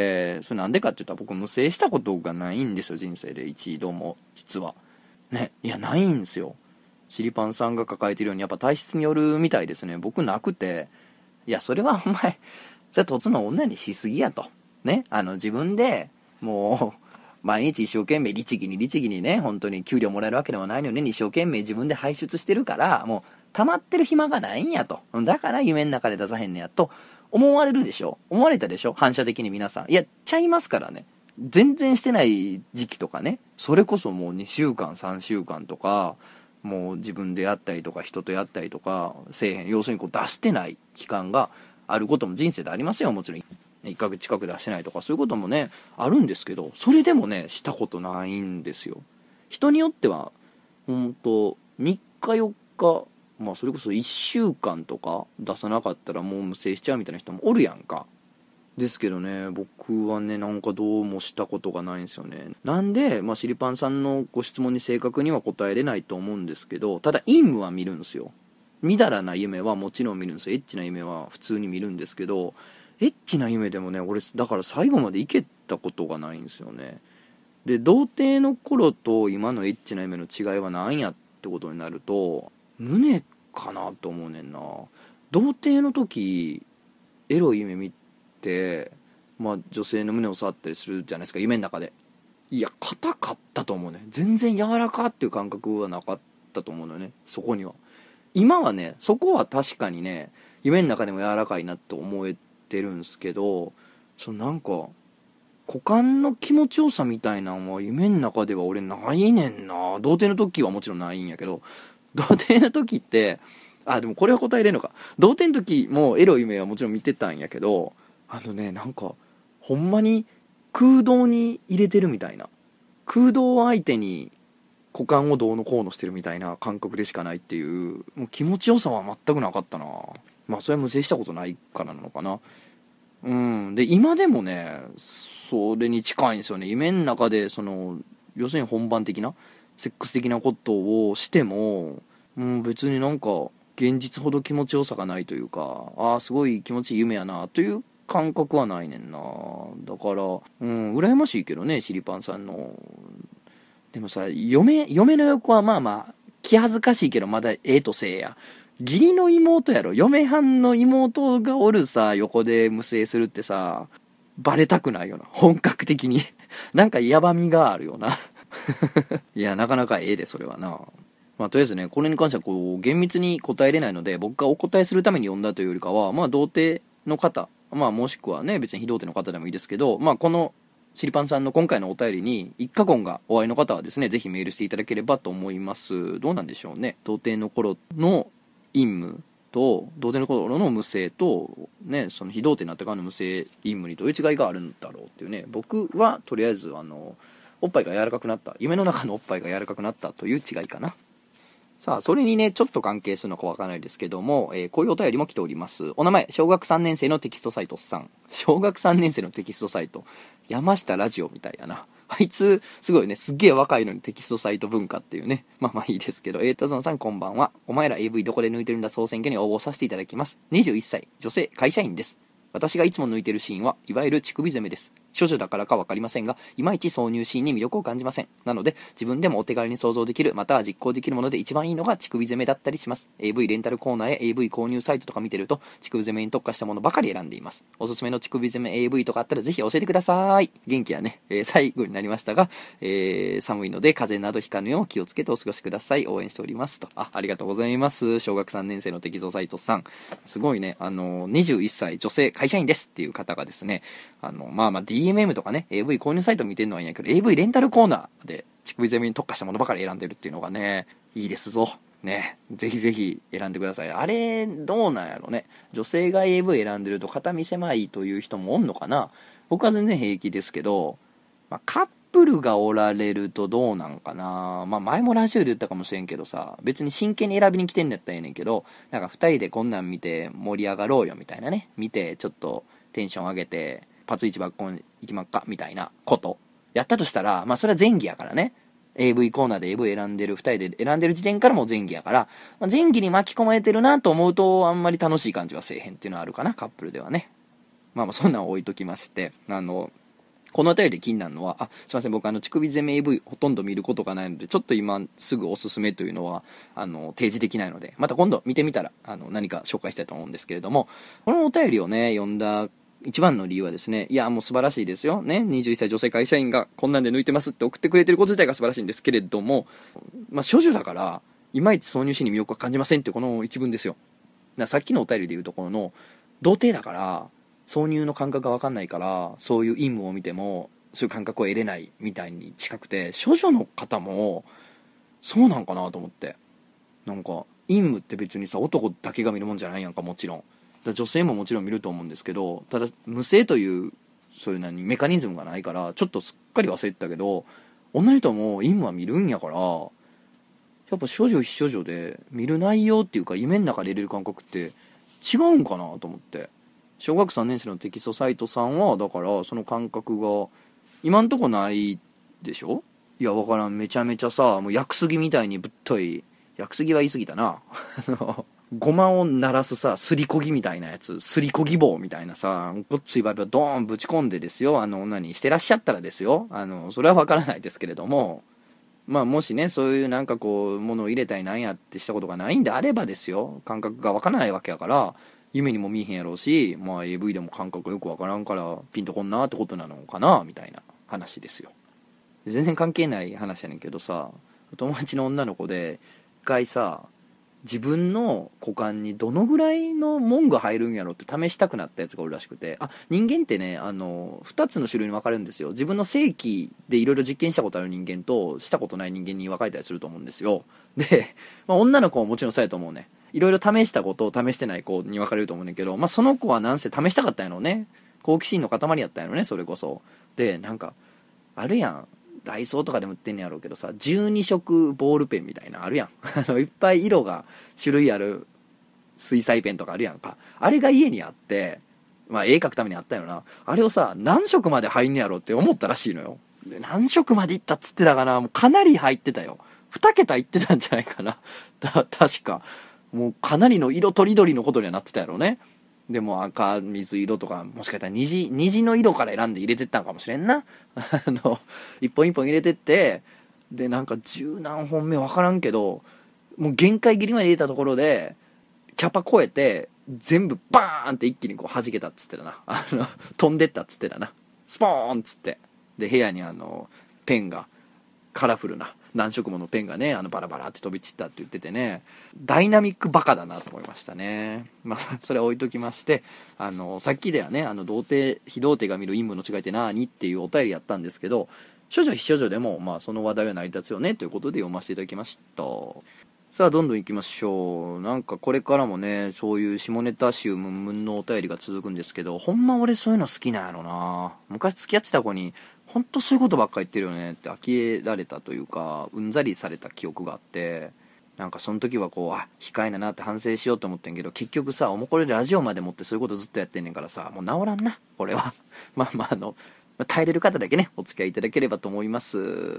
それなんでかって言ったら僕無声したことがないんですよ、人生で一度も、実は。ね、いや、ないんですよ。シリパンさんが抱えているように、やっぱ体質によるみたいですね。僕なくて、いや、それはお前、それはとつの女にしすぎやと。ね、あの、自分で、もう、毎日一生懸命律儀に律儀にね、本当に給料もらえるわけではないのに、一生懸命自分で排出してるから、もう、溜まってる暇がないんやと。だから夢の中で出さへんねやと、思われるでしょ？思われたでしょ？反射的に皆さん。いや、ちゃいますからね。全然してない時期とかね、それこそもうにしゅうかん、さんしゅうかんとか、もう自分でやったりとか、人とやったりとか、せえへん。要するにこう出してない期間があることも人生でありますよ、もちろん。いっかげつ近く出してないとかそういうこともねあるんですけど、それでもねしたことないんですよ。人によってはほんとみっかよっか、まあそれこそいっしゅうかんとか出さなかったらもう無精しちゃうみたいな人もおるやんか。ですけどね、僕はねなんかどうもしたことがないんですよね。なんで、まあ、シリパンさんのご質問に正確には答えれないと思うんですけど、ただ陰夢は見るんですよ。みだらな夢はもちろん見るんですよ。エッチな夢は普通に見るんですけど、エッチな夢でもね、俺だから最後までいけたことがないんですよね。で、童貞の頃と今のエッチな夢の違いは何やってことになると、胸かなと思うねんな。童貞の時エロい夢見て、まあ女性の胸を触ったりするじゃないですか、夢の中で。 いや硬かったと思うね。全然柔らかっていう感覚はなかったと思うのよね、そこには。今はねそこは確かにね夢の中でも柔らかいなって思えてるんすけど、そのなんか股間の気持ちよさみたいなのは夢の中では俺ないねんな。童貞の時はもちろんないんやけど、童貞の時ってあでもこれは答えれるのか。童貞の時もエロい夢はもちろん見てたんやけど、あのねなんかほんまに空洞に入れてるみたいな、空洞相手に股間をどうのこうのしてるみたいな感覚でしかないっていう、もう気持ちよさは全くなかったな。まあそれは無制したことないからなのかな。うんで今でもねそれに近いんですよね。夢の中でその要するに本番的なセックス的なことをしても、うん、別になんか現実ほど気持ちよさがないというか、ああすごい気持ちいい夢やなという感覚はないねんな。だからうん羨ましいけどねシリパンさんの。でもさ、嫁、嫁の横はまあまあ、気恥ずかしいけどまだええとせえや。義理の妹やろ。嫁はんの妹がおるさ、横で無声するってさ、バレたくないよな。本格的に。なんかやばみがあるよな。いや、なかなかええで、それはな。まあ、とりあえずね、これに関してはこう、厳密に答えれないので、僕がお答えするために呼んだというよりかは、まあ、童貞の方、まあ、もしくはね、別に非童貞の方でもいいですけど、まあ、この、シリパンさんの今回のお便りに一過言がお会いの方はですね、ぜひメールしていただければと思います。どうなんでしょうね。童貞の頃の陰夢と童貞の頃の無声とね、その非童貞になってからの無声陰夢にどういう違いがあるんだろうっていうね。僕はとりあえずあのおっぱいが柔らかくなった、夢の中のおっぱいが柔らかくなったという違いかな。さあ、それにね、ちょっと関係するのかわからないですけども、えー、こういうお便りも来ております。お名前、小学さんねん生のテキストサイトさん。小学さんねん生のテキストサイト。山下ラジオみたいやな。あいつ、すごいね、すっげえ若いのにテキストサイト文化っていうね。まあまあいいですけど、えーと、ゾノさんこんばんは。お前ら エーブイ どこで抜いてるんだ総選挙に応募させていただきます。にじゅういっさい、女性、会社員です。私がいつも抜いてるシーンは、いわゆる乳首攻めです。処女だからかわかりませんが、いまいち挿入シーンに魅力を感じません。なので、自分でもお手軽に想像できる、または実行できるもので一番いいのが乳首攻めだったりします。エーブイ レンタルコーナーや エーブイ 購入サイトとか見てると、乳首攻めに特化したものばかり選んでいます。おすすめの乳首攻め エーブイ とかあったらぜひ教えてください。元気やね。えー、最後になりましたが、えー、寒いので風邪などひかぬよう気をつけてお過ごしください。応援しております。と。あ、ありがとうございます。小学さんねん生のテキストサイトさん。すごいね、あの、にじゅういっさい女性会社員ですっていう方がですね、あの、まあまあ ディーエムエム とかね、エーブイ 購入サイト見てるのはいいんやけど、エーブイ レンタルコーナーで乳首攻めに特化したものばかり選んでるっていうのがね、いいですぞ。ね。ぜひぜひ選んでください。あれ、どうなんやろね。女性が エーブイ 選んでると肩身狭いという人もおんのかな。僕は全然平気ですけど、まあ、カップルがおられるとどうなんかな。まあ前もラジオで言ったかもしれんけどさ、別に真剣に選びに来てんのやったらええねんけど、なんか二人でこんなん見て盛り上がろうよみたいなね。見てちょっとテンション上げて、パツイチバッコン行きまっかみたいなことやったとしたら、まあそれは前儀やからね。エーブイ コーナーで エーブイ 選んでる、二人で選んでる時点からもう前儀やから、まあ、前儀に巻き込まれてるなと思うと、あんまり楽しい感じはせえへんっていうのはあるかな、カップルではね。まあまあそんなん置いときまして、あの、このあたりで気になるのは、あ、すいません、僕あの、乳首攻め エーブイ ほとんど見ることがないので、ちょっと今すぐおすすめというのは、あの、提示できないので、また今度見てみたら、あの、何か紹介したいと思うんですけれども、このお便りをね、読んだ一番の理由はですね、いやもう素晴らしいですよね。にじゅういっさい女性会社員がこんなんで抜いてますって送ってくれてること自体が素晴らしいんですけれども、まあ処女だからいまいち挿入シーンに魅力は感じませんってこの一文ですよ。だからさっきのお便りで言うところの童貞だから挿入の感覚が分かんないから、そういう陰夢を見てもそういう感覚を得れないみたいに近くて、処女の方もそうなんかなと思って、なんか陰夢って別にさ男だけが見るもんじゃないやんか、もちろん。だ女性ももちろん見ると思うんですけど、ただ無性というそういう何メカニズムがないからちょっとすっかり忘れてたけど、女の人も陰夢は見るんやから、やっぱ処女非処女で見る内容っていうか夢の中で入れる感覚って違うんかなと思って。小学さんねん生のテキストサイトさんはだからその感覚が今んとこないでしょ。いやわからん、めちゃめちゃさ、もう薬杉みたいにぶっとい、薬杉は言い過ぎたなごまを鳴らすさ、すりこぎみたいなやつ、すりこぎ棒みたいなさ、ごっついバイブをドーンぶち込んでですよ、あの女にしてらっしゃったらですよ、あのそれはわからないですけれども、まあもしねそういうなんかこうものを入れたりなんやってしたことがないんであればですよ、感覚がわからないわけやから夢にも見えへんやろうし、まあ エーブイ でも感覚よくわからんからピンとこんなってことなのかなみたいな話ですよ。 全然関係ない話やねんけどさ、友達の女の子で一回さ、自分の股間にどのぐらいの門が入るんやろって試したくなったやつがおるらしくて、あ、人間ってね、あのふたつの種類に分かれるんですよ。自分の性器でいろいろ実験したことある人間としたことない人間に分かれたりすると思うんですよ。で、まあ、女の子ももちろんそうやと思うね。いろいろ試した子と試してない子に分かれると思うねんけど、まあ、その子はなんせ試したかったんやろうね。好奇心の塊やったんやろね、それこそ。で、なんかあるやん、ダイソーとかでも売ってんねやろうけどさ、じゅうに色ボールペンみたいなあるやんあのいっぱい色が種類ある水彩ペンとかあるやんか。あれが家にあって、まあ絵描くためにあったよな。あれをさ、何色まで入んねやろって思ったらしいのよ。で、何色までいったっつってたかな。もうかなり入ってたよ。に桁いってたんじゃないかなだ確かもうかなりの色とりどりのことにはなってたやろうね。でも赤、水色とか、もしかしたら虹、虹の色から選んで入れてったんかもしれんな。あの、一本一本入れてって、で、なんか十何本目わからんけど、もう限界切りまで入れたところで、キャパ超えて、全部バーンって一気にこう弾けたっつってたな。あの、飛んでったっつってたな。スポーンっつって。で、部屋にあの、ペンが、カラフルな、何色ものペンがね、あのバラバラって飛び散ったって言っててね、ダイナミックバカだなと思いましたね。まあそれは置いときまして、あのさっきではね、あの童貞非童貞が見る陰夢の違いって何っていうお便りやったんですけど、処女非処女でもまあその話題は成り立つよねということで読ませていただきました。さあどんどん行きましょう。なんかこれからもね、そういう下ネタ集ムンムンのお便りが続くんですけど、ほんま俺そういうの好きなんやろな。昔付き合ってた子にほんとそういうことばっか言ってるよねって呆られたというか、うんざりされた記憶があって、なんかその時はこう、あ、控えななって反省しようと思ってんけど、結局さ、おもこれラジオまで持ってそういうことずっとやってんねんからさ、もう治らんなこれはまあまああの耐えれる方だけねお付き合いいただければと思います。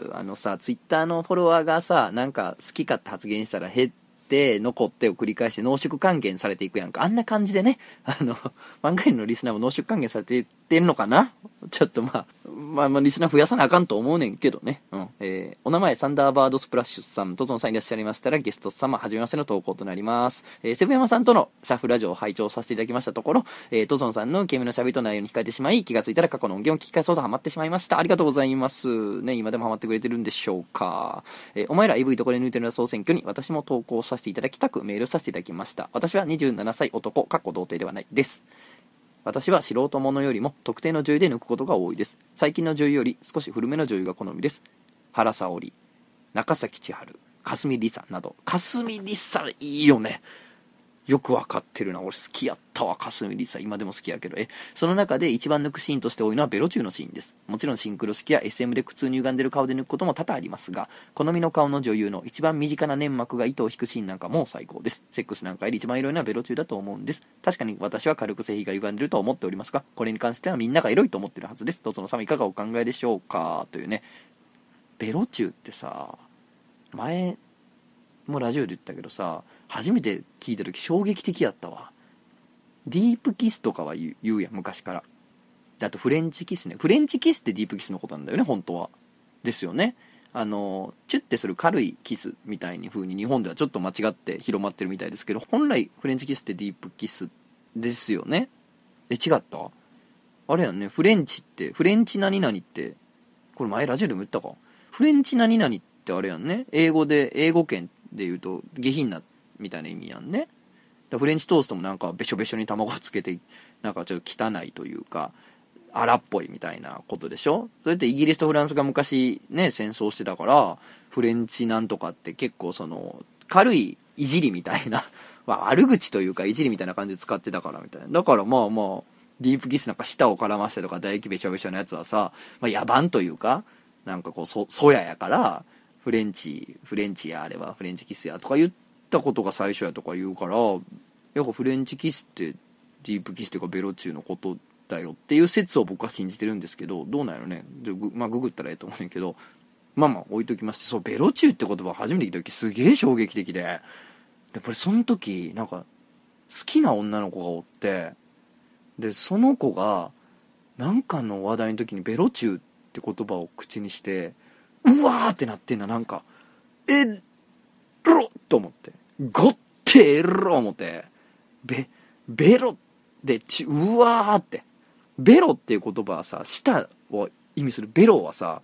あのさ、ツイッターのフォロワーがさ、なんか好き勝手発言したら減って残ってを繰り返して濃縮還元されていくやんか。あんな感じでね、あの漫画のリスナーも濃縮還元されていってんのかな。ちょっとまあまあまあリスナー増やさなあかんと思うねんけどね。うん。えー、お名前サンダーバードスプラッシュさん、とぞのさんいらっしゃいましたらゲスト様はじめましての投稿となります。えー、セブン山さんとのシャッフラジオを拝聴させていただきましたところ、えー、とぞのさんのゲームのしゃべりと内容に控えてしまい、気がついたら過去の音源を聞き返そうとハマってしまいました。ありがとうございます。ね、今でもハマってくれてるんでしょうか。えー、お前ら エーブイ どこで抜いてるの総選挙に私も投稿させていただきたくメールさせていただきました。私はにじゅうななさい男、かっこ童貞ではないです。私は素人ものよりも特定の女優で抜くことが多いです。最近の女優より少し古めの女優が好みです。原沙織、中崎千春、霞梨沙など。霞梨沙いいよね。よくわかってるな。俺好きやったわ、霞梨沙。今でも好きやけど。え、その中で一番抜くシーンとして多いのはベロチューのシーンです。もちろんシンクロ式や エスエム で苦痛に歪んでる顔で抜くことも多々ありますが、好みの顔の女優の一番身近な粘膜が糸を引くシーンなんかも最高です。セックスなんかより一番エロいのはベロチューだと思うんです。確かに私は軽く性皮が歪んでると思っておりますが、これに関してはみんながエロいと思ってるはずです。どうぞのさんいかがお考えでしょうかというね。ベロチューってさ、前もラジオで言ったけどさ、初めて聞いた時衝撃的やったわ。ディープキスとかは言う、言うやん昔から。であとフレンチキスね。フレンチキスってディープキスのことなんだよね本当は。ですよね。あのチュッてする軽いキスみたいに風に日本ではちょっと間違って広まってるみたいですけど、本来フレンチキスってディープキスですよね。え、違った？あれやんね。フレンチってフレンチ何々ってこれ前ラジオでも言ったか。フレンチ何々ってあれやんね。英語で英語圏で言うと下品なみたいな意味やんね。だフレンチトーストもなんかべしょべしょに卵つけてなんかちょっと汚いというか荒っぽいみたいなことでしょ。それってイギリスとフランスが昔ね戦争してたからフレンチなんとかって結構その軽いいじりみたいな悪口というかいじりみたいな感じで使ってたからみたいな。だからまあまあディープキスなんか舌を絡ましてとか唾液べしょべしょのやつはさ、まあ、野蛮というかなんかこうそそややからフレンチフレンチやあればフレンチキスやとか言ったことが最初やとか言うから、やっぱフレンチキスってディープキスというかベロチューのことだよっていう説を僕は信じてるんですけど、どうなんやろね。まあググったらええと思うんやけど、まあまあ置いときまして、そうベロチューって言葉を初めて聞いた時すげえ衝撃的で、でやっぱりその時なんか好きな女の子がおって、でその子がなんかの話題の時にベロチューって言葉を口にしてうわーってなってんな。なんかえっろと思ってごってえろ思ってベベロでちうわーってベロっていう言葉はさ舌を意味するベロはさ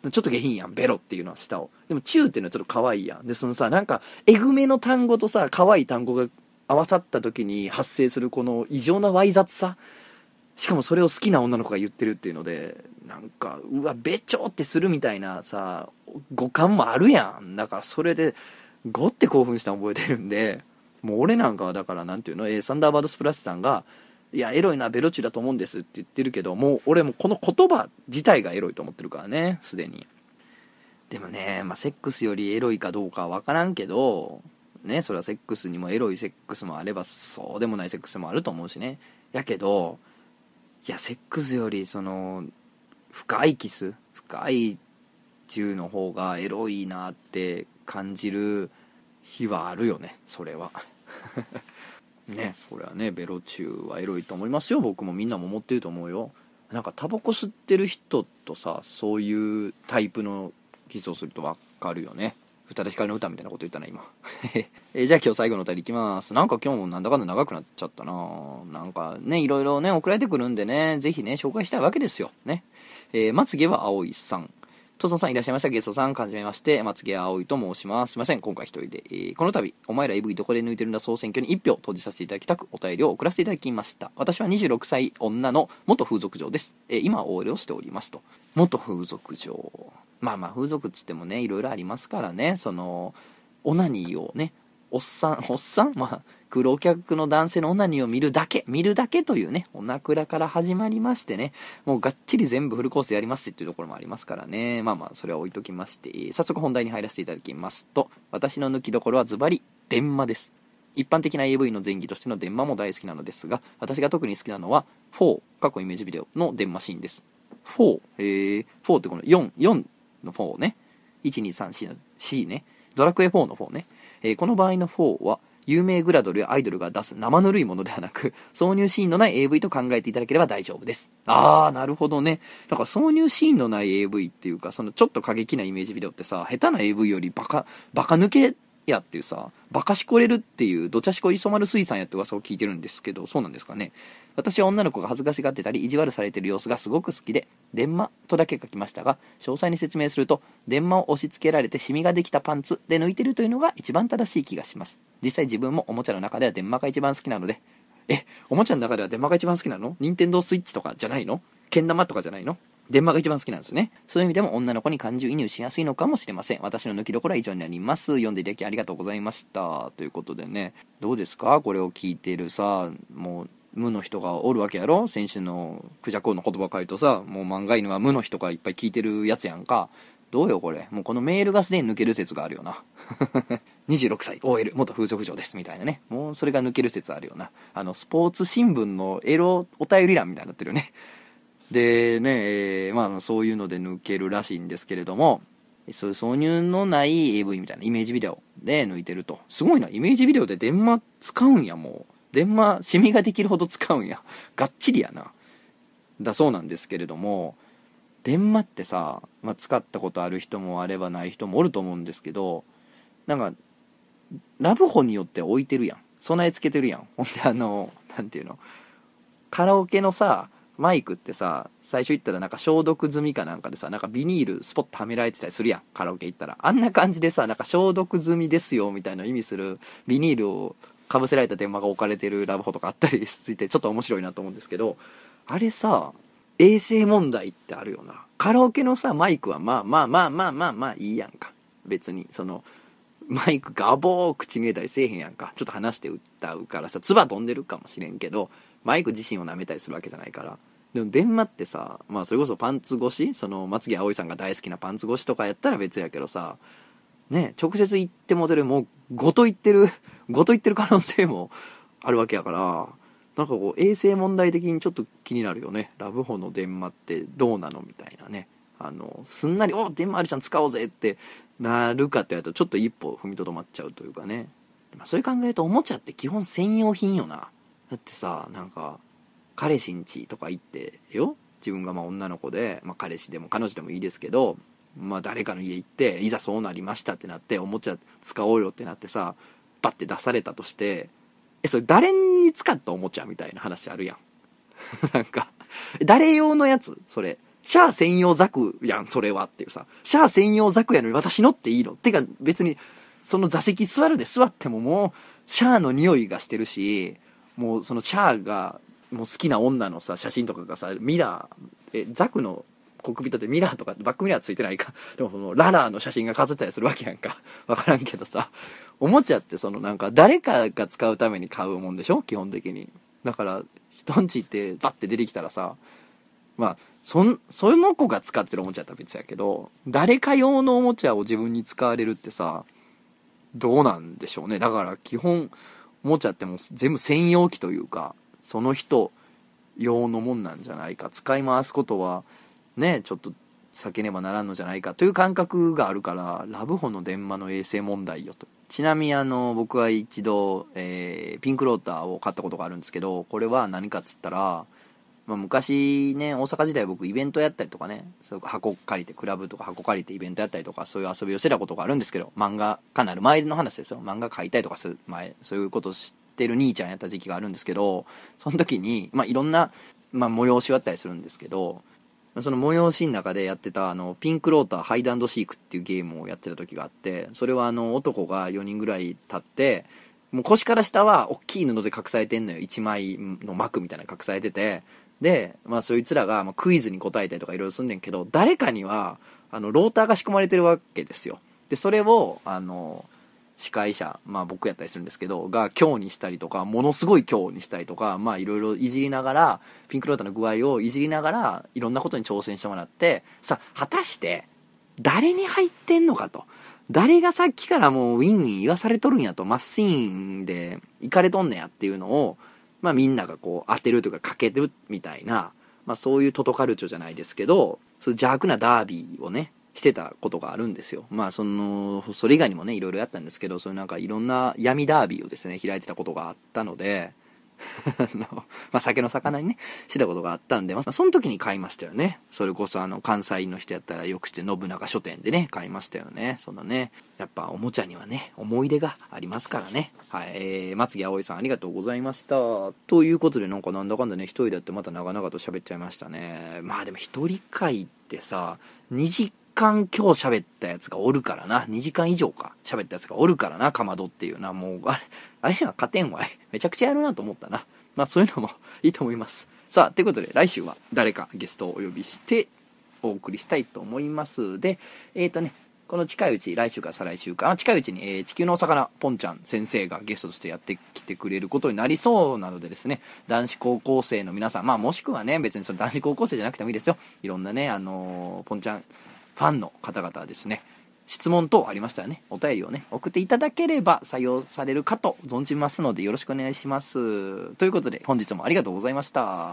ちょっと下品やん、ベロっていうのは下を。でもチューっていうのはちょっと可愛いやん。で、そのさ、なんか、えぐめの単語とさ、可愛い単語が合わさった時に発生するこの異常なわい雑さ。しかもそれを好きな女の子が言ってるっていうので、なんか、うわ、べちょってするみたいなさ、五感もあるやん。だからそれで、ごって興奮したの覚えてるんで、もう俺なんかはだからなんていうの、えー、サンダーバードスプラッシュさんが、いや、エロいのはベロチュだと思うんですって言ってるけど、もう俺もこの言葉自体がエロいと思ってるからね、すでに。でもね、まあ、セックスよりエロいかどうかは分からんけど、ね、それはセックスにもエロいセックスもあれば、そうでもないセックスもあると思うしね。やけど、いや、セックスよりその、深いキス、深いチューの方がエロいなって感じる日はあるよね、それは。ね、これはね、ベロチューはエロいと思いますよ。僕もみんなも思ってると思うよ。なんかタバコ吸ってる人とさ、そういうタイプのキスをすると分かるよね。宇多田ヒカルの歌みたいなこと言ったな今。えじゃあ今日最後のお便りいきます。なんか今日もなんだかんだ長くなっちゃったな。なんかね、いろいろね送られてくるんでね、ぜひね紹介したいわけですよね。えー、まつげは葵さん。トソンさんいらっしゃいました。ゲストさん、はじめまして。まつげあおいと申します。すいません、今回一人で、えー、この度お前ら エーブイ どこで抜いてるんだ総選挙に一票投じさせていただきたくお便りを送らせていただきました。私はにじゅうろくさい女の元風俗嬢です。えー、今は オーエル をしておりますと。元風俗嬢、まあまあ風俗っつってもねいろいろありますからね。そのオナニーをね、おっさんおっさんまあ黒客の男性のオナニーを見るだけ見るだけというね、おなくらから始まりましてね、もうがっちり全部フルコースでやりますっていうところもありますからね。まあまあそれは置いときまして、早速本題に入らせていただきますと、私の抜きどころはズバリ電話です。一般的な エーブイ の前儀としての電話も大好きなのですが、私が特に好きなのはフォー過去イメージビデオの電話シーンです。フォー、えー、フォーってこのよん、よんのフォーね、いちにさんしの C ね、ドラクエフォーのフォーね、えー、この場合のフォーは有名グラドルやアイドルが出す生ぬるいものではなく、挿入シーンのない エーブイ と考えていただければ大丈夫です。あー、なるほどね。だから挿入シーンのない エーブイ っていうか、そのちょっと過激なイメージビデオってさ、下手な エーブイ よりバカ、バカ抜けやっていうさ、バカしこれるっていうどちゃしこ磯丸水産やって噂を聞いてるんですけど、そうなんですかね。私は女の子が恥ずかしがってたり意地悪されてる様子がすごく好きで、電話とだけ書きましたが、詳細に説明すると、電話を押し付けられてシミができたパンツで抜いてるというのが一番正しい気がします。実際自分もおもちゃの中では電話が一番好きなので、え、おもちゃの中では電話が一番好きなの？任天堂スイッチとかじゃないの？けん玉とかじゃないの？電話が一番好きなんですね。そういう意味でも女の子に感情移入しやすいのかもしれません。私の抜きどころは以上になります。読んでいただきありがとうございました。ということでね、どうですかこれを聞いているさ、もう無の人がおるわけやろ。先週のクジャコウの言葉を書いとさ、もう漫画犬は無の人がいっぱい聞いてるやつやんか。どうよこれ。もうこのメールがすでに抜ける説があるよな。にじゅうろくさい オーエル 元風俗嬢ですみたいなね。もうそれが抜ける説あるよな。あのスポーツ新聞のエロお便り欄みたいになってるよね。でね、えー、まあそういうので抜けるらしいんですけれども、そういう挿入のない エーブイ みたいなイメージビデオで抜いてると。すごいな、イメージビデオで電話使うんや。もう電話シミができるほど使うんや。がっちりやな。だそうなんですけれども、電話ってさ、まあ、使ったことある人もあればない人もおると思うんですけど、なんかラブホによって置いてるやん、備え付けてるやん。ほんであのなんていうの、カラオケのさマイクってさ、最初言ったらなんか消毒済みかなんかでさ、なんかビニールスポッとはめられてたりするやん、カラオケ行ったら。あんな感じでさ、なんか消毒済みですよみたいな意味するビニールをかぶせられた電話が置かれてるラブホとかあったりしてちょっと面白いなと思うんですけど、あれさ衛生問題ってあるよな。カラオケのさマイクはまあまあまあまあまあまあいいやんか。別にそのマイクガボー口に入れたりせえへんやんか。ちょっと離して歌うからさ、唾飛んでるかもしれんけど、マイク自身を舐めたりするわけじゃないから。でも電話ってさ、まあそれこそパンツ越し、その松木葵さんが大好きなパンツ越しとかやったら別やけどさ、ね、直接言っても出る、もうごと言ってるごと言ってる可能性もあるわけやから、なんかこう衛生問題的にちょっと気になるよね。ラブホの電話ってどうなのみたいなね。あのすんなりお電話ありちゃん使おうぜってなるかって言われるとちょっと一歩踏みとどまっちゃうというかね。まあ、そういう考えるとおもちゃって基本専用品よな。だってさ、なんか彼氏ん家とか行ってよ、自分がまあ女の子で、まあ、彼氏でも彼女でもいいですけど、まあ誰かの家行っていざそうなりましたってなっておもちゃ使おうよってなってさ、バッて出されたとして、えそれ誰に使ったおもちゃみたいな話あるやん。なんか誰用のやつそれ、 シャア専用ザクやん、それはっていうさ。シャア専用ザクやのに私乗っていいの？てか別に、その座席座るで座ってももう、シャアの匂いがしてるし、もうそのシャアが、もう好きな女のさ、写真とかがさ、ミラー、え、ザクのコックピットってミラーとか、バックミラーついてないか。でもその、ララーの写真が飾ったりするわけやんか。わからんけどさ、おもちゃってそのなんか、誰かが使うために買うもんでしょ？基本的に。だから、人んち行ってバッて出てきたらさ、まあ、そん、その子が使ってるおもちゃだったら別やけど、誰か用のおもちゃを自分に使われるってさ、どうなんでしょうね。だから基本、おもちゃってもう全部専用機というか、その人用のもんなんじゃないか。使い回すことは、ね、ちょっと避けねばならんのじゃないかという感覚があるから、ラブホの電話の衛生問題よと。ちなみにあの、僕は一度、えー、ピンクローターを買ったことがあるんですけど、これは何かっつったら、まあ、昔ね、大阪時代僕イベントやったりとかね、そういう箱借りて、クラブとか箱借りてイベントやったりとか、そういう遊びをしてたことがあるんですけど、漫画家なる前の話ですよ。漫画描いたりとかする前、そういうことを知ってる兄ちゃんやった時期があるんですけど、その時に、まあ、いろんな、まあ、催しはあったりするんですけど、その催しの中でやってたあのピンクローターハイド&シークっていうゲームをやってた時があって、それはあの男がよにんぐらい立って、もう腰から下は大きい布で隠されてんのよ。いちまいの幕みたいなの隠されてて、で、まあそいつらがまあクイズに答えたりとかいろいろすんねんけど、誰かにはあのローターが仕込まれてるわけですよ。で、それをあの司会者、まあ僕やったりするんですけど、が強にしたりとか、ものすごい強にしたりとか、まあいろいろいじりながら、ピンクローターの具合をいじりながら、いろんなことに挑戦してもらって、さあ、果たして、誰に入ってんのかと。誰がさっきからもうウィンウィン言わされとるんやと、マッシーンで行かれとんねやっていうのを、まあみんながこう当てるというかかけてるみたいな、まあそういうトトカルチョじゃないですけど、そういう邪悪なダービーをね、してたことがあるんですよ。まあそのそれ以外にもねいろいろやったんですけど、そういうなんかいろんな闇ダービーをですね開いてたことがあったのでまあ酒の魚にねしてたことがあったんで、まあその時に買いましたよね。それこそあの関西の人やったらよくして信長書店でね買いましたよね。そのねやっぱおもちゃにはね思い出がありますからね。はい、えー、松木葵さんありがとうございました。ということでなんかなんだかんだね一人だってまた長々と喋っちゃいましたね。まあでも一人会ってさにじかん今日喋ったやつがおるからな。にじかん以上か喋ったやつがおるからな。かまどっていうな。もうあれあれには勝てんわい。めちゃくちゃやるなと思ったな。まあそういうのもいいと思います。さあということで来週は誰かゲストをお呼びしてお送りしたいと思います。でえーとねこの近いうち来週か再来週か近いうちに、えー、地球のお魚ポンちゃん先生がゲストとしてやってきてくれることになりそうなのでですね、男子高校生の皆さん、まあもしくはね別にその男子高校生じゃなくてもいいですよ。いろんなねあのー、ポンちゃんファンの方々はですね、質問等ありましたらね、お便りをね、送っていただければ採用されるかと存じますのでよろしくお願いします。ということで、本日もありがとうございました。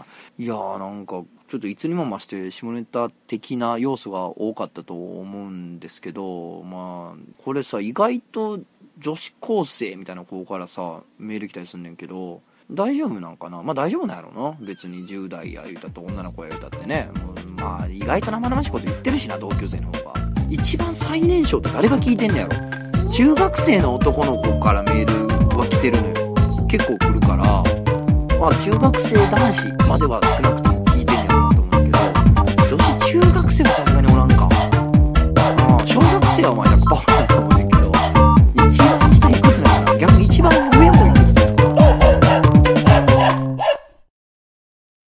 いやーなんか、ちょっといつにも増して下ネタ的な要素が多かったと思うんですけど、まあ、これさ、意外と女子高生みたいな子からさ、メール来たりすんねんけど、大丈夫なんかな。まあ大丈夫なんやろな。別にじゅう代や言うたって女の子や言うたってね。もうまあ意外と生々しいこと言ってるしな、同級生の方が。一番最年少って誰が聞いてんのやろ。中学生の男の子からメールは来てるのよ。結構来るから、まあ中学生男子までは少なくとも聞いてんねやろなと思うけど、女子中学生はさすがにおらんか。ああ、小学生はまあひゃくパーセント